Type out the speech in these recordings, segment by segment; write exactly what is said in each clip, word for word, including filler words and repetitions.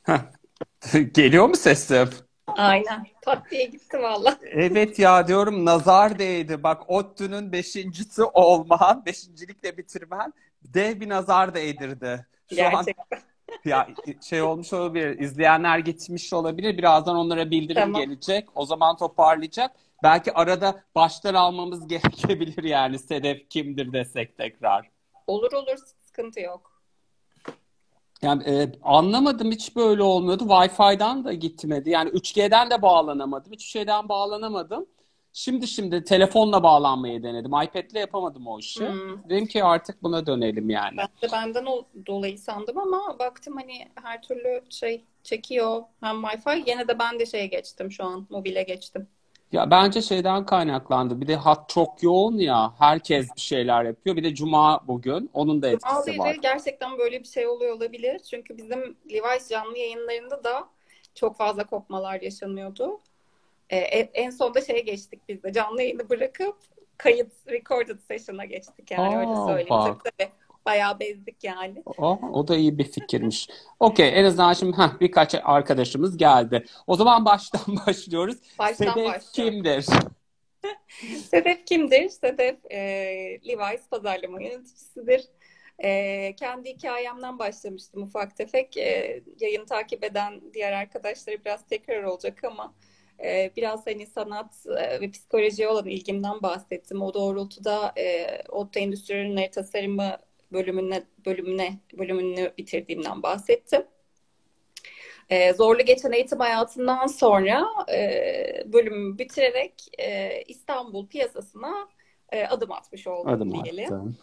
Geliyor mu sesim? Aynen. Pat diye gitti valla. Evet ya diyorum nazar değdi. Bak ODTÜ'nün beşincisi olman, beşincilikle bitirmen dev bir nazar değdirdi. Şu an Gerçekten. ya şey olmuş olabilir, izleyenler gitmiş olabilir. Birazdan onlara bildirim Tamam. gelecek. O zaman toparlayacak. Belki arada baştan almamız gerekebilir yani Sedef kimdir desek tekrar. Olur olur, sıkıntı yok. Yani e, anlamadım hiç böyle olmuyordu. Wi-Fi'den da gitmedi. Yani üç G'den de bağlanamadım. Hiçbir şeyden bağlanamadım. Şimdi şimdi telefonla bağlanmayı denedim. iPad'le yapamadım o işi. Hmm. Dedim ki artık buna dönelim yani. Ben de benden o dolayı sandım ama baktım hani her türlü şey çekiyor. Hem Wi-Fi. Yine de ben de şeye geçtim şu an. Mobile geçtim. Ya bence şeyden kaynaklandı. Bir de hat çok yoğun ya. Herkes bir şeyler yapıyor. Bir de Cuma bugün. Onun da etkisi Cuma'lıydı. var. Gerçekten böyle bir şey oluyor olabilir. Çünkü bizim Levi's canlı yayınlarında da çok fazla kopmalar yaşanıyordu. Ee, en en sonunda şeye geçtik biz de. Canlı yayını bırakıp kayıt, recorded session'a geçtik yani öyle Aa söyleyeyim. Tabii bak. tabii. Bayağı bezdik yani. O, o da iyi bir fikirmiş. Okey, en azından şimdi heh, birkaç arkadaşımız geldi. O zaman baştan başlıyoruz. Baştan Sedef başlıyorum. kimdir? Sedef kimdir? Sedef e, Levi's pazarlama yöneticisidir. E, kendi hikayemden başlamıştım ufak tefek. E, yayını takip eden diğer arkadaşları biraz tekrar olacak ama e, biraz hani sanat e, ve psikolojiye olan ilgimden bahsettim. O doğrultuda e, Otto Endüstri Ürünleri Tasarımı bölümüne, bölümüne, bölümünü bitirdiğimden bahsettim. E, zorlu geçen eğitim hayatından sonra e, bölümümü bitirerek e, İstanbul piyasasına e, adım atmış oldum Adım diyelim. attım.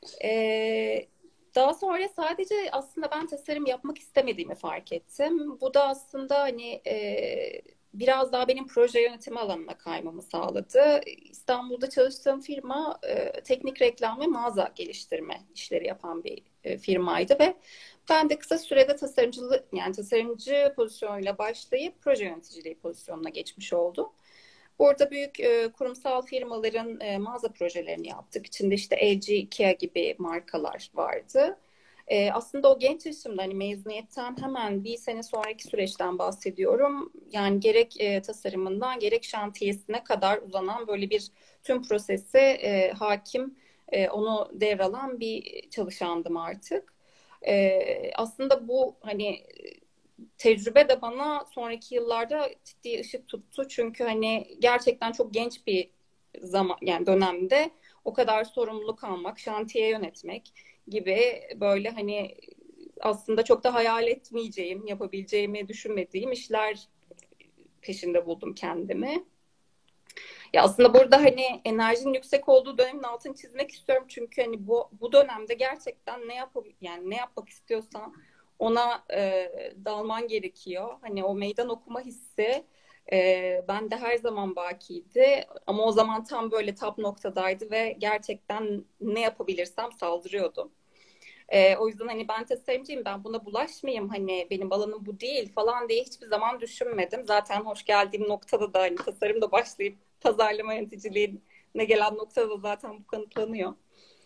E, Daha sonra sadece aslında ben tasarım yapmak istemediğimi fark ettim. Bu da aslında hani e, biraz daha benim proje yönetimi alanına kaymamı sağladı. İstanbul'da çalıştığım firma e, teknik reklam ve mağaza geliştirme işleri yapan bir e, firmaydı ve ben de kısa sürede tasarımcılık yani tasarımcı pozisyonuyla başlayıp proje yöneticiliği pozisyonuna geçmiş oldum. Burada büyük e, kurumsal firmaların e, mağaza projelerini yaptık. İçinde işte L G, IKEA gibi markalar vardı. E, aslında o genç yaşımda hani mezuniyetten hemen bir sene sonraki süreçten bahsediyorum. Yani gerek e, tasarımından gerek şantiyesine kadar uzanan böyle bir tüm prosese e, hakim, e, onu devralan bir çalışandım artık. E, aslında bu hani tecrübe de bana sonraki yıllarda ciddi ışık tuttu. Çünkü hani gerçekten çok genç bir zaman yani dönemde o kadar sorumluluk almak, şantiye yönetmek gibi böyle hani aslında çok da hayal etmeyeceğim, yapabileceğimi düşünmediğim işler peşinde buldum kendimi. Ya aslında burada hani enerjinin yüksek olduğu dönemin altını çizmek istiyorum çünkü hani bu bu dönemde gerçekten ne yap yani ne yapmak istiyorsan ona e, dalman gerekiyor. Hani o meydan okuma hissi e, bende her zaman bakiydi ama o zaman tam böyle tap noktadaydı ve gerçekten ne yapabilirsem saldırıyordum. E, o yüzden hani ben tasarımcıyım, ben buna bulaşmayayım, hani benim alanım bu değil falan diye hiçbir zaman düşünmedim. Zaten hoş geldiğim noktada da hani tasarımda başlayıp pazarlama yöneticiliğine gelen noktada da zaten bu kanıtlanıyor.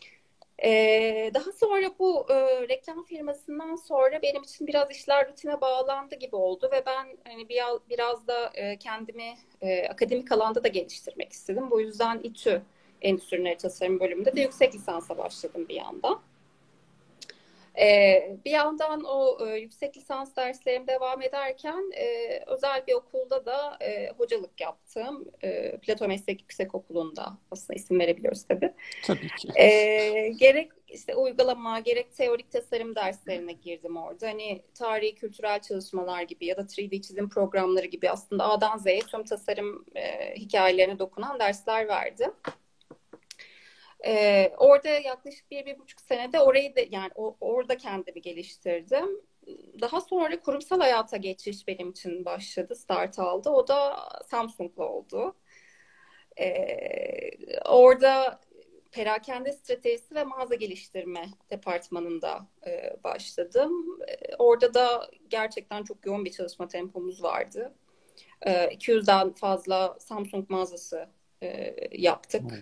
Ee, daha sonra bu e, reklam firmasından sonra benim için biraz işler rutine bağlandı gibi oldu ve ben hani biraz, biraz da e, kendimi e, akademik alanda da geliştirmek istedim. Bu yüzden İTÜ Endüstri Ürünleri Tasarım bölümünde de yüksek lisansa başladım bir yandan. Ee, bir yandan o e, yüksek lisans derslerim devam ederken e, özel bir okulda da e, hocalık yaptım. E, Plato Meslek Yüksekokulu'nda aslında isim verebiliyoruz tabii. Tabii ki. E, gerek işte uygulama gerek teorik tasarım derslerine girdim orada. Hani tarihi kültürel çalışmalar gibi ya da üç D çizim programları gibi aslında A'dan Z'ye tüm tasarım e, hikayelerine dokunan dersler verdim. Ee, orada yaklaşık bir, bir buçuk senede orayı da yani o, orada kendimi geliştirdim. Daha sonra kurumsal hayata geçiş benim için başladı, start aldı. O da Samsung'la oldu. Ee, orada perakende stratejisi ve mağaza geliştirme departmanında e, başladım. E, orada da gerçekten çok yoğun bir çalışma tempomuz vardı. E, iki yüzden fazla Samsung mağazası e, yaptık.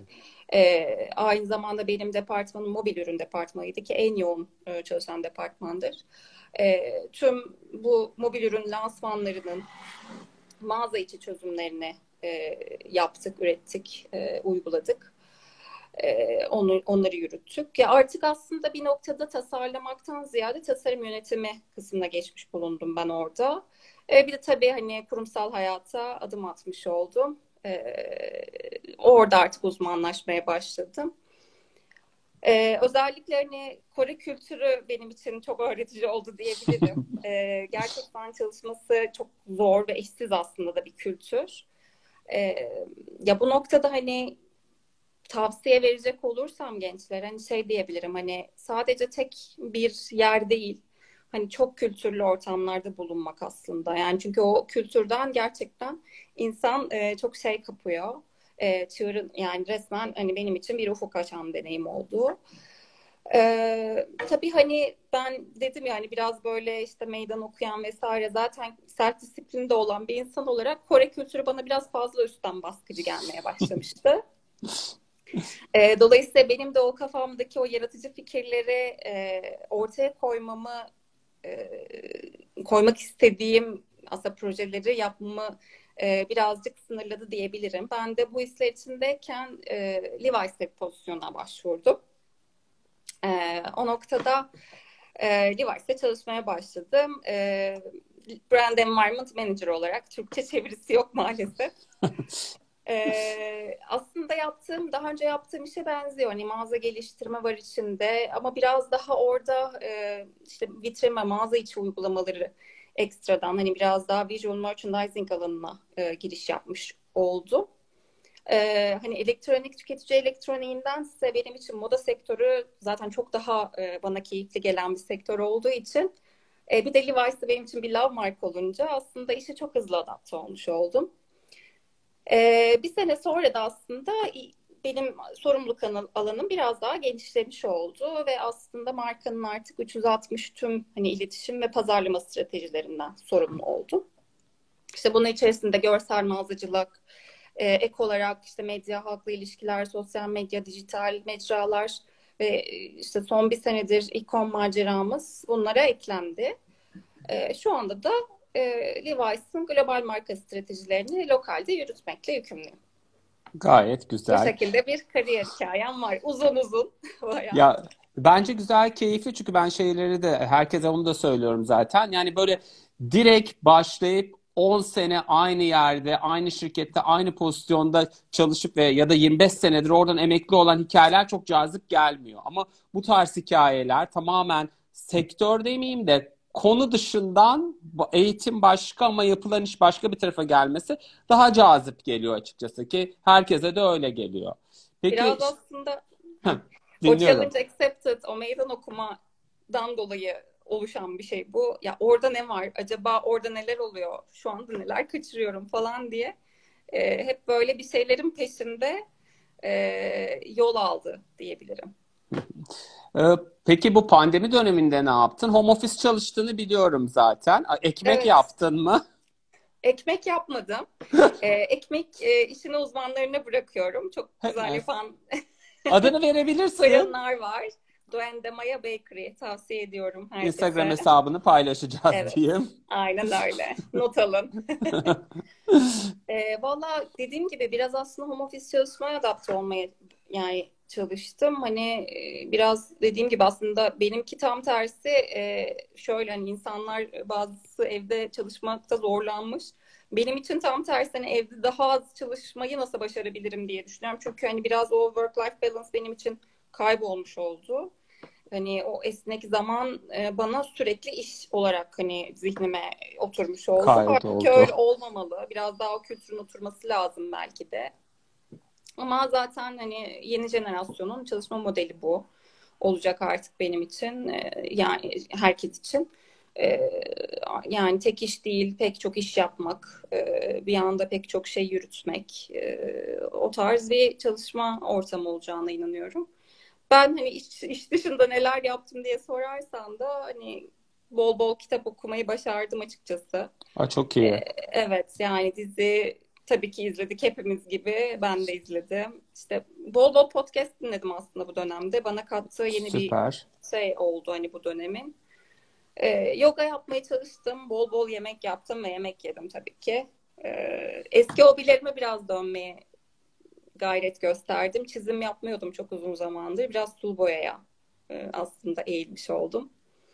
E, aynı zamanda benim departmanım mobil ürün departmanıydı ki en yoğun e, çalışan departmandır. E, tüm bu mobil ürün lansmanlarının mağaza içi çözümlerini e, yaptık, ürettik, e, uyguladık. E, onu, onları yürüttük. Ya artık aslında bir noktada tasarlamaktan ziyade tasarım yönetimi kısmına geçmiş bulundum ben orada. E, bir de tabii hani kurumsal hayata adım atmış oldum. E, orada artık uzmanlaşmaya başladım. Ee, özellikle hani Kore kültürü benim için çok öğretici oldu diyebilirim. Ee, gerçekten çalışması çok zor ve eşsiz aslında da bir kültür. Ee, ya bu noktada hani tavsiye verecek olursam gençlere hani şey diyebilirim, hani sadece tek bir yer değil, hani çok kültürlü ortamlarda bulunmak aslında. Yani çünkü o kültürden gerçekten insan e, çok şey kapıyor. E, çığırın, yani resmen hani benim için bir ufuk açan deneyim oldu. Ee, tabii hani ben dedim yani biraz böyle işte meydan okuyan vesaire, zaten self disiplinde olan bir insan olarak Kore kültürü bana biraz fazla üstten baskıcı gelmeye başlamıştı. Ee, dolayısıyla benim de o kafamdaki o yaratıcı fikirleri e, ortaya koymamı e, koymak istediğim aslında projeleri yapmamı e, birazcık sınırladı diyebilirim. Ben de bu hisler içindeyken e, Levi's'te pozisyona başvurdum. E, o noktada e, Levi's'te çalışmaya başladım. E, Brand Environment Manager olarak. Türkçe çevirisi yok maalesef. Ee, aslında yaptığım, daha önce yaptığım işe benziyor. Hani mağaza geliştirme var içinde ama biraz daha orada e, işte vitrin ve mağaza içi uygulamaları ekstradan hani biraz daha visual merchandising alanına e, giriş yapmış oldum. Ee, hani elektronik, tüketici elektroniğindense benim için moda sektörü zaten çok daha e, bana keyifli gelen bir sektör olduğu için e, bir de Levi's'ı benim için bir love mark olunca aslında işe çok hızlı adapte olmuş oldum. Ee, bir sene sonra da aslında benim sorumluluk alanım biraz daha genişlemiş oldu ve aslında markanın artık üç yüz altmış tüm hani iletişim ve pazarlama stratejilerinden sorumlu oldum. İşte bunun içerisinde görsel mağazacılık, e, ek olarak işte medya, halkla ilişkiler, sosyal medya, dijital mecralar ve işte son bir senedir e-com maceramız bunlara eklendi. E, şu anda da e, Levi's'ın global marka stratejilerini lokalde yürütmekle yükümlüyüm. Gayet Bu güzel. şekilde bir kariyer hikayem var. Uzun uzun bayağı. Ya bence güzel, keyifli çünkü ben şeyleri de herkese onu da söylüyorum zaten. Yani böyle direkt başlayıp on sene aynı yerde, aynı şirkette, aynı pozisyonda çalışıp ve ya da yirmi beş senedir oradan emekli olan hikayeler çok cazip gelmiyor. Ama bu tarz hikayeler tamamen sektör demeyeyim de konu dışından eğitim başka ama yapılan iş başka bir tarafa gelmesi daha cazip geliyor açıkçası ki herkese de öyle geliyor. Peki, Biraz aslında heh, heh, o dinliyorum. challenge accepted, o meydan okumadan dolayı oluşan bir şey bu. Ya orada ne var? Acaba orada neler oluyor? Şu anda neler kaçırıyorum falan diye. E, hep böyle bir şeylerin peşinde e, yol aldı diyebilirim. Ee, peki bu pandemi döneminde ne yaptın? Home office çalıştığını biliyorum zaten. Ekmek Evet, yaptın mı? ekmek yapmadım. E, ekmek e, işini uzmanlarına bırakıyorum. Çok güzel Hemen. yapan Adını verebilirsin. fırınlar var. Doen de Maya Bakery tavsiye ediyorum Instagram herkese. hesabını paylaşacağız Evet, diyeyim. aynen öyle. Not alın. E, valla dediğim gibi biraz aslında home office çalışmaya adapte olmaya yani çalıştım. Hani e, biraz dediğim gibi aslında benimki tam tersi. E, şöyle hani insanlar bazısı evde çalışmakta zorlanmış. Benim için tam tersi, hani evde daha az çalışmayı nasıl başarabilirim diye düşünüyorum. Çünkü hani biraz o work-life balance benim için kaybolmuş oldu. Hani o esnek zaman e, bana sürekli iş olarak hani zihnime oturmuş oldu. Halbuki Kaydoldu. öyle olmamalı. Biraz daha o kültürün oturması lazım belki de. Ama zaten hani yeni jenerasyonun çalışma modeli bu. Olacak artık benim için. E, yani herkes için. E, yani tek iş değil, pek çok iş yapmak, e, bir anda pek çok şey yürütmek, e, o tarz bir çalışma ortamı olacağına inanıyorum. Ben hani iş, iş dışında neler yaptım diye sorarsan da hani bol bol kitap okumayı başardım açıkçası. Aa, çok Ee, iyi. evet, yani dizi, tabii ki izledik hepimiz gibi. Ben de izledim. İşte bol bol podcast dinledim aslında bu dönemde. Bana kattığı yeni bir Süper. şey oldu hani bu dönemin. Ee, yoga yapmaya çalıştım. Bol bol yemek yaptım ve yemek yedim tabii ki. Ee, eski hobilerime biraz dönmeye gayret gösterdim. Çizim yapmıyordum çok uzun zamandır. Biraz sulu boyaya e, aslında eğilmiş oldum.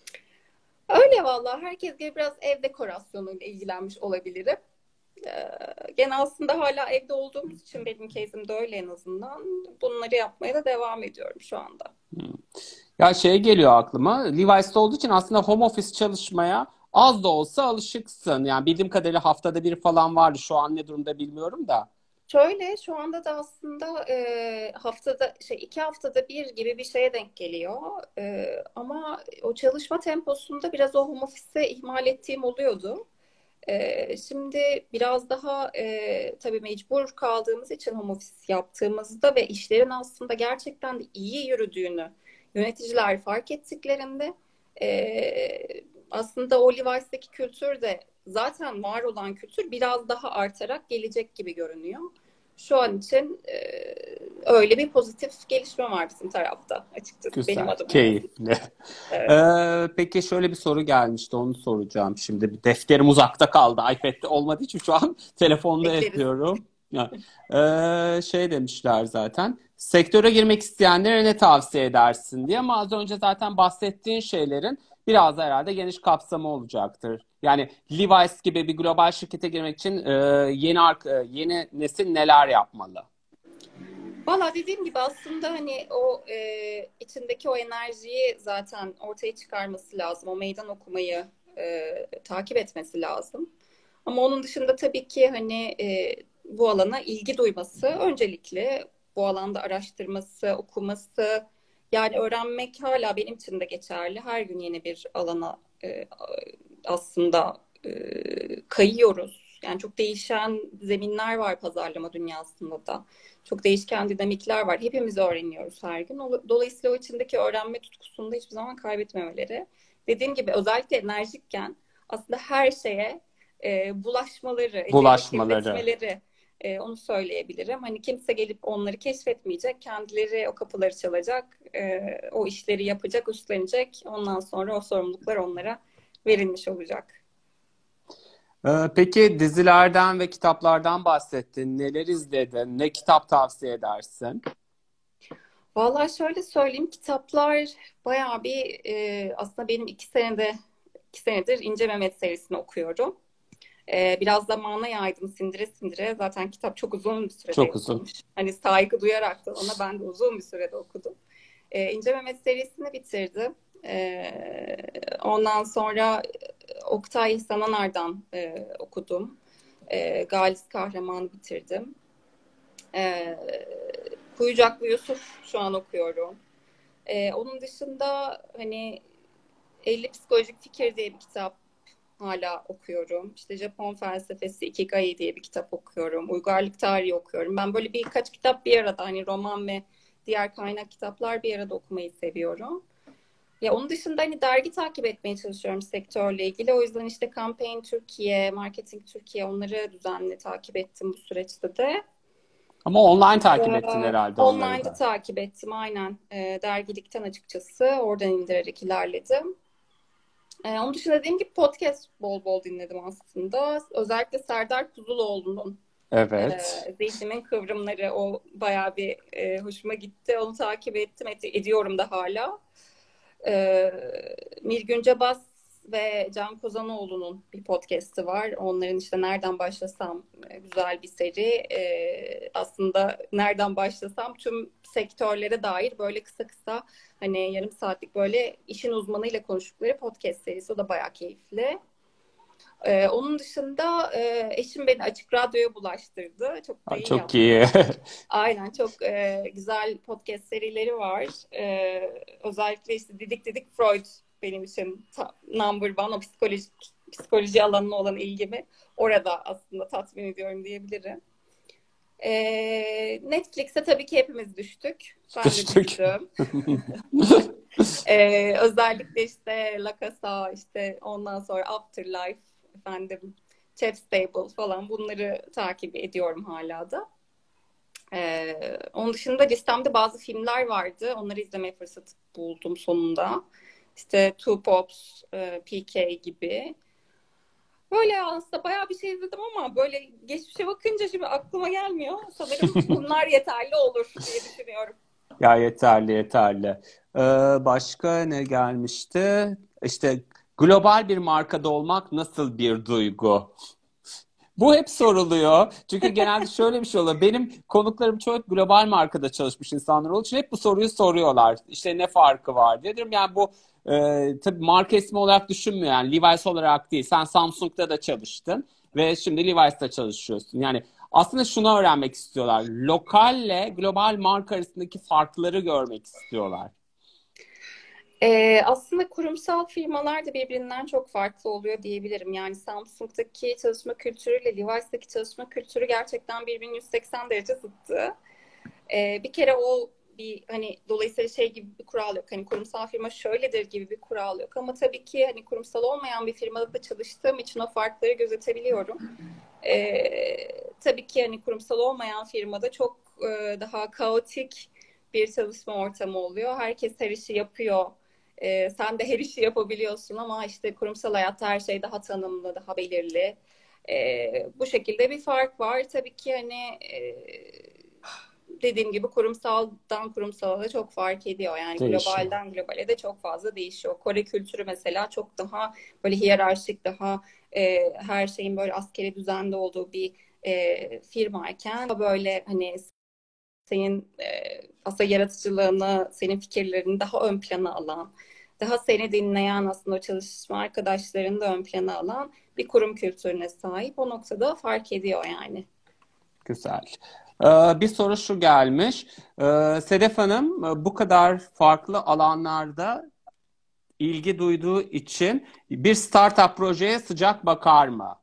Öyle vallahi herkes gibi biraz ev dekorasyonuyla ilgilenmiş olabilirim. Ee, gene aslında hala evde olduğumuz için benim case'im de öyle en azından. Bunları yapmaya da devam ediyorum şu anda. Ya şey geliyor aklıma. Levi's'te olduğu için aslında home office çalışmaya az da olsa alışıksın. Yani bildiğim kadarıyla haftada bir falan vardı. Şu an ne durumda bilmiyorum da. Şöyle şu anda da aslında e, haftada şey iki haftada bir gibi bir şeye denk geliyor. E, ama o çalışma temposunda biraz o home office'e ihmal ettiğim oluyordu. E, şimdi biraz daha e, tabii mecbur kaldığımız için home office yaptığımızda ve işlerin aslında gerçekten de iyi yürüdüğünü yöneticiler fark ettiklerinde e, aslında o Levi's'teki kültür de zaten var olan kültür biraz daha artarak gelecek gibi görünüyor. Şu an için e, öyle bir pozitif gelişme var bizim tarafta açıkçası benim Güzel, adıma en azından. keyifli. Evet, Ee, peki şöyle bir soru gelmişti, onu soracağım şimdi. Bir defterim uzakta kaldı. iPad'de olmadığı için şu an telefonda bekleriz. yapıyorum. Ya, ee, şey demişler zaten. Sektöre girmek isteyenlere ne tavsiye edersin diye, ama az önce zaten bahsettiğin şeylerin biraz da herhalde geniş kapsamı olacaktır. Yani Levi's gibi bir global şirkete girmek için e, yeni ark- e, yeni nesil neler yapmalı? Valla dediğim gibi aslında hani o e, içindeki o enerjiyi zaten ortaya çıkarması lazım. O meydan okumayı e, takip etmesi lazım. Ama onun dışında tabii ki hani e, bu alana ilgi duyması öncelikli. Bu alanda araştırması, okuması, yani öğrenmek hala benim için de geçerli. Her gün yeni bir alana e, aslında e, kayıyoruz. Yani çok değişen zeminler var pazarlama dünyasında da. Çok değişken dinamikler var. Hepimiz öğreniyoruz her gün. Dolayısıyla o içindeki öğrenme tutkusunu da hiçbir zaman kaybetmemeleri. Dediğim gibi özellikle enerjikken aslında her şeye e, bulaşmaları, ellerini Bulaşmaları. kirletmeleri e, onu söyleyebilirim. Hani kimse gelip onları keşfetmeyecek. Kendileri o kapıları çalacak, e, o işleri yapacak, üstlenecek. Ondan sonra o sorumluluklar onlara verilmiş olacak. Ee, Peki dizilerden ve kitaplardan bahsettin. Neler izledin? Ne kitap tavsiye edersin? Vallahi şöyle söyleyeyim, kitaplar bayağı bir e, aslında benim iki senede iki senedir İnce Mehmet serisini okuyorum. E, biraz zamana yaydım sindire sindire. Zaten kitap çok uzun bir sürede Çok uzun. yazılmış. Hani saygı duyarak da ona ben de uzun bir sürede okudum. E, İnce Mehmet serisini bitirdim. E, ondan sonra Oktay Sananar'dan e, okudum. E, Galis Kahraman'ı bitirdim. E, Kuyucaklı Yusuf şu an okuyorum. Ee, onun dışında hani elli Psikolojik Fikir diye bir kitap hala okuyorum. İşte Japon Felsefesi Ikigai diye bir kitap okuyorum. Uygarlık Tarihi okuyorum. Ben böyle birkaç kitap bir arada hani roman ve diğer kaynak kitaplar bir arada okumayı seviyorum. Ya onun dışında hani dergi takip etmeye çalışıyorum sektörle ilgili. O yüzden işte Campaign Türkiye, Marketing Türkiye onları düzenli takip ettim bu süreçte de. Ama online takip ettin Ee, herhalde onları online'da da. takip ettim aynen. Ee, dergilikten açıkçası. Oradan indirerek ilerledim. Ee, onun dışında dediğim gibi podcast bol bol dinledim aslında. Özellikle Serdar Kuzuloğlu'nun e, Evet. Zihnimin Kıvrımları o bayağı bir e, hoşuma gitti. Onu takip ettim, ed- ediyorum da hala. Ee, Mirgün Cabas ve Can Kozanoğlu'nun bir podcast'i var. Onların işte nereden başlasam e, güzel bir seri. Ee, aslında nereden başlasam tüm sektörlere dair böyle kısa kısa hani yarım saatlik böyle işin uzmanıyla konuştukları podcast serisi. O da bayağı keyifli. Ee, onun dışında e, eşim beni Açık Radyo'ya bulaştırdı. Çok da Ay, iyi çok yaptı. iyi. Aynen çok e, güzel podcast serileri var. E, özellikle işte Didik Didik Freud benim için ta- number one o psikoloji, psikoloji alanına olan ilgimi orada aslında tatmin ediyorum diyebilirim. E, Netflix'e tabii ki hepimiz düştük. Ben de Düştük. düştüm. E, özellikle işte La Casa, işte ondan sonra Afterlife, efendim Chef's Table falan bunları takip ediyorum hala da. Ee, onun dışında listemde bazı filmler vardı. Onları izlemeye fırsatı buldum sonunda. İşte Two Popes, e, P K gibi. Böyle aslında bayağı bir şey izledim ama böyle geçmişe bakınca şimdi aklıma gelmiyor. Sanırım bunlar yeterli olur diye düşünüyorum. Ya yeterli yeterli. Ee, başka ne gelmişti? İşte global bir markada olmak nasıl bir duygu? Bu hep soruluyor. Çünkü genelde şöyle bir şey oluyor. Benim konuklarım çok global markada çalışmış insanlar olduğu için hep bu soruyu soruyorlar. İşte ne farkı var diye. Diyorum yani bu e, tabii marka ismi olarak düşünmüyor. Yani Levi's olarak değil. Sen Samsung'da da çalıştın ve şimdi Levi's'ta çalışıyorsun. Yani aslında şunu öğrenmek istiyorlar. Lokalle global marka arasındaki farkları görmek istiyorlar. Ee, aslında kurumsal firmalar da birbirinden çok farklı oluyor diyebilirim. Yani Samsung'daki çalışma kültürüyle Levi's'taki çalışma kültürü gerçekten birbirinin yüz seksen derece zıttı. Ee, bir kere o bir hani dolayısıyla şey gibi bir kural yok. Hani kurumsal firma şöyledir gibi bir kural yok. Ama tabii ki hani kurumsal olmayan bir firmada da çalıştığım için o farkları gözetebiliyorum. Ee, tabii ki hani kurumsal olmayan firmada çok e, daha kaotik bir çalışma ortamı oluyor. Herkes her işi yapıyor. Ee, sen de her işi yapabiliyorsun ama işte kurumsal hayatta her şey daha tanımlı, daha belirli. Ee, bu şekilde bir fark var. Tabii ki hani e, dediğim gibi kurumsaldan kurumsala da çok fark ediyor. Yani Değişiyor. globalden globale de çok fazla değişiyor. Kore kültürü mesela çok daha böyle hiyerarşik, daha e, her şeyin böyle askeri düzende olduğu bir e, firmayken böyle hani senin e, aslında yaratıcılığını, senin fikirlerini daha ön plana alan, daha seni dinleyen aslında o çalışma arkadaşlarını da ön plana alan bir kurum kültürüne sahip. O noktada fark ediyor yani. Güzel. Ee, bir soru şu gelmiş. Ee, Sedef Hanım e, bu kadar farklı alanlarda ilgi duyduğu için bir startup projeye sıcak bakar mı?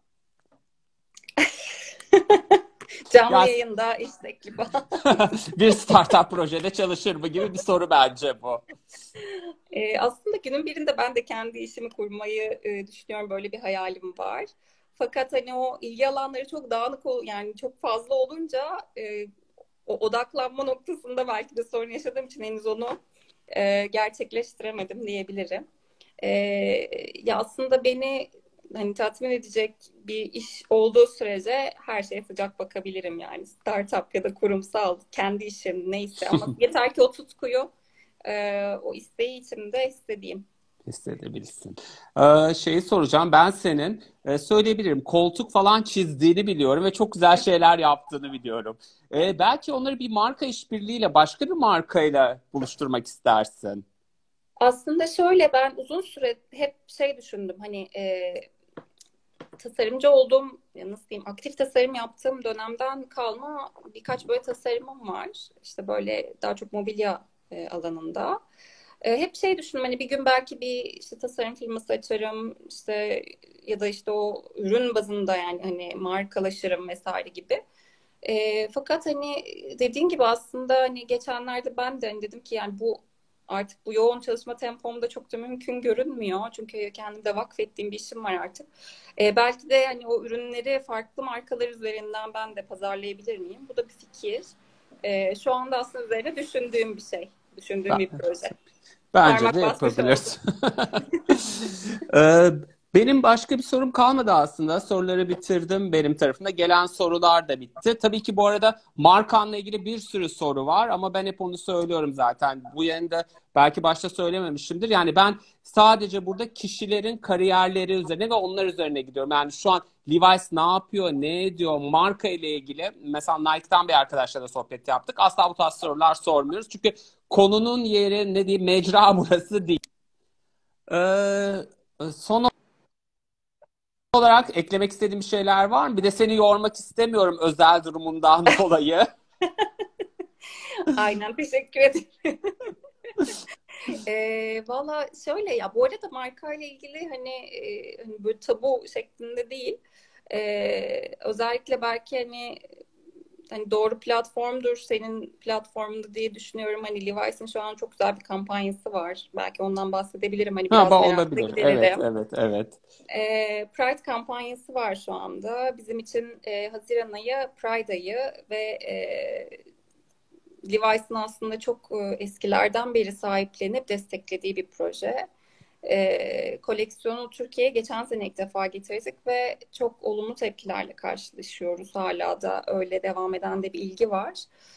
Canlı Ya yayında iş teklifi. bir startup projede çalışır mı gibi bir soru bence bu. E, aslında günün birinde ben de kendi işimi kurmayı e, düşünüyorum. Böyle bir hayalim var. Fakat hani o ilgi alanları çok dağınık ol yani çok fazla olunca e, o odaklanma noktasında belki de sorun yaşadığım için henüz onu e, gerçekleştiremedim diyebilirim. E, ya aslında beni hani tatmin edecek bir iş olduğu sürece her şeye sıcak bakabilirim yani. Startup ya da kurumsal, kendi işim neyse ama yeter ki o tutkuyu, e, o isteği içimde istediğim. Hissedebilirsin. Ee, şeyi soracağım. Ben senin e, söyleyebilirim koltuk falan çizdiğini biliyorum ve çok güzel şeyler yaptığını biliyorum. Ee, belki onları bir marka işbirliğiyle başka bir markayla buluşturmak istersin. Aslında şöyle ben uzun süre hep şey düşündüm hani e, tasarımcı olduğum ya nasıl diyeyim aktif tasarım yaptığım dönemden kalma birkaç böyle tasarımım var. İşte böyle daha çok mobilya e, alanında. E, hep şey düşündüm hani bir gün belki bir işte tasarım firması açarım işte ya da işte o ürün bazında yani hani markalaşırım vesaire gibi. E, fakat hani dediğin gibi aslında hani geçenlerde ben de hani dedim ki yani bu artık bu yoğun çalışma tempomda çok da mümkün görünmüyor. Çünkü kendimde vakfettiğim bir işim var artık. E, belki de hani o ürünleri farklı markalar üzerinden ben de pazarlayabilir miyim? Bu da bir fikir. E, şu anda aslında üzerine düşündüğüm bir şey. Düşündüğüm bir Ben- proje. Bence de Parmak basmış oldum. yapabilirsin. Ee, benim başka bir sorum kalmadı aslında. Soruları bitirdim benim tarafımda. Gelen sorular da bitti. Tabii ki bu arada markanla ilgili bir sürü soru var ama ben hep onu söylüyorum zaten. Bu yayında belki başta söylememişimdir. Yani ben sadece burada kişilerin kariyerleri üzerine ve onlar üzerine gidiyorum. Yani şu an Levi's ne yapıyor, ne ediyor, marka ile ilgili. Mesela Nike'dan bir arkadaşla da sohbet yaptık. Asla bu tarz sorular sormuyoruz. Çünkü konunun yeri ne diyeyim mecra burası değil. Ee, son olarak eklemek istediğim şeyler var mı? Bir de seni yormak istemiyorum özel durumundan dolayı. Aynen teşekkür ederim. E, valla şöyle ya bu arada marka ile ilgili hani, e, hani böyle tabu şeklinde değil. E, özellikle belki hani hani doğru platformdur senin platformunda diye düşünüyorum. Hani Levi's'in şu an çok güzel bir kampanyası var. Belki ondan bahsedebilirim. Hani Ha, biraz ba merakla olabilir. Evet, giderelim. evet, evet. Ee, Pride kampanyası var şu anda. Bizim için e, Haziran ayı Pride ayı ve e, Levi's'in aslında çok e, eskilerden beri sahiplenip desteklediği bir proje. E, koleksiyonu Türkiye'ye geçen sene ilk defa getirdik ve çok olumlu tepkilerle karşılaşıyoruz. Hala da öyle devam eden de bir ilgi var.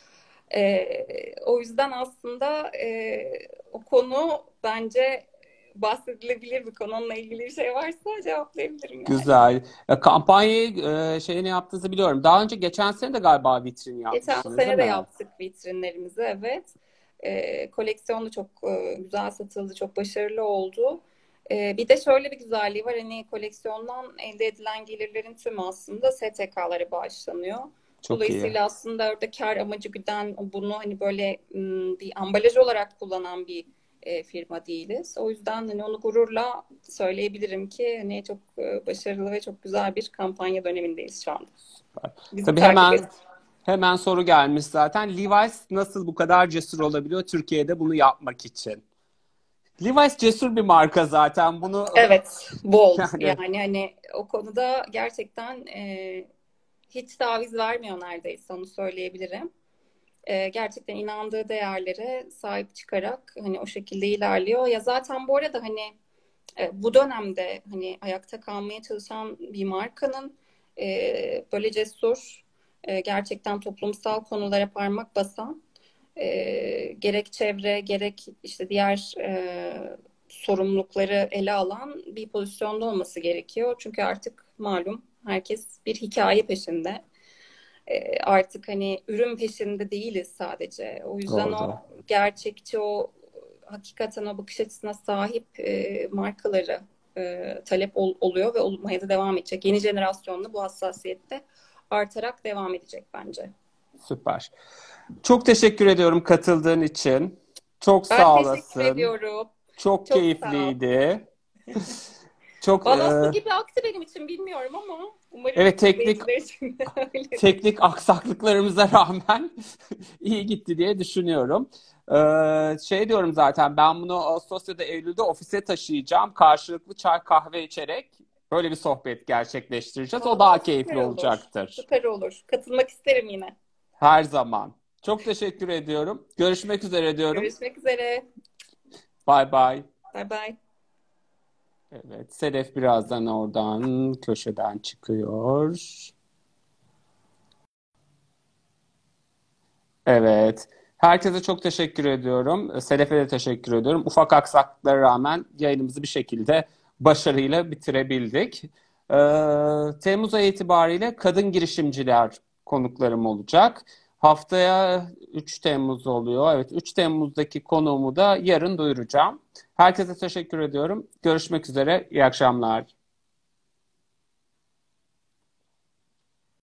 E, o yüzden aslında e, o konu bence bahsedilebilir bir konu. Onunla ilgili bir şey varsa cevaplayabilirim yani. Güzel. Ya, kampanyayı e, şeyini yaptığınızı biliyorum. Daha önce geçen sene de galiba vitrin Geçen yapmıştınız, değil sene de mi? yaptık vitrinlerimizi, evet. Ee, koleksiyon da çok e, güzel satıldı, çok başarılı oldu. Ee, bir de şöyle bir güzelliği var, hani koleksiyondan elde edilen gelirlerin tümü aslında S T K'lara bağışlanıyor. Çok iyi. Dolayısıyla aslında orada kar amacı güden, bunu hani böyle m, bir ambalaj olarak kullanan bir e, firma değiliz. O yüzden hani onu gururla söyleyebilirim ki hani çok e, başarılı ve çok güzel bir kampanya dönemindeyiz şu anda. Bizi Tabii takip et. hemen hemen soru gelmiş zaten. Levi's nasıl bu kadar cesur olabiliyor Türkiye'de bunu yapmak için? Levi's cesur bir marka zaten. Bunu Evet, bold. yani Yani hani o konuda gerçekten e, hiç taviz vermiyor neredeyse, onu söyleyebilirim. E, gerçekten inandığı değerlere sahip çıkarak hani o şekilde ilerliyor. Ya zaten bu arada hani e, bu dönemde hani ayakta kalmaya çalışan bir markanın e, böyle cesur, e, gerçekten toplumsal konulara parmak basan, e, gerek çevre gerek işte diğer e, sorumlulukları ele alan bir pozisyonda olması gerekiyor. Çünkü artık malum herkes bir hikaye peşinde. E, artık hani ürün peşinde değiliz sadece. O yüzden o doğru. gerçekçi, o hakikaten o bakış açısına sahip e, markaları e, talep ol, oluyor ve olmaya da devam edecek. Yeni jenerasyonla bu hassasiyette artarak devam edecek bence. Süper. Çok teşekkür ediyorum katıldığın için. Çok Ben sağ teşekkür olasın. ediyorum. Çok Çok sağ ol. keyifliydi. Çok Valla su e, gibi aktı benim için, bilmiyorum ama umarım evet, teknik izleyiciler için de öyledir. teknik aksaklıklarımıza rağmen iyi gitti diye düşünüyorum. Ee, şey diyorum zaten ben bunu Ağustos ya da Eylül'de ofise taşıyacağım. Karşılıklı çay kahve içerek böyle bir sohbet gerçekleştireceğiz. O Valla daha süper keyifli olur. olacaktır. Süper olur. Katılmak isterim yine. Her zaman. Çok teşekkür ediyorum. Görüşmek üzere diyorum. Görüşmek üzere. Bay bay. Bay bay. Evet, Sedef birazdan oradan köşeden çıkıyor. Evet. Herkese çok teşekkür ediyorum. Sedef'e de teşekkür ediyorum. Ufak aksaklıklara rağmen yayınımızı bir şekilde başarıyla bitirebildik. Ee, Temmuz ayı itibariyle kadın girişimciler konuklarım olacak. Haftaya üç Temmuz oluyor. Evet, üç Temmuz'daki konuğumu da yarın duyuracağım. Herkese teşekkür ediyorum. Görüşmek üzere. İyi akşamlar.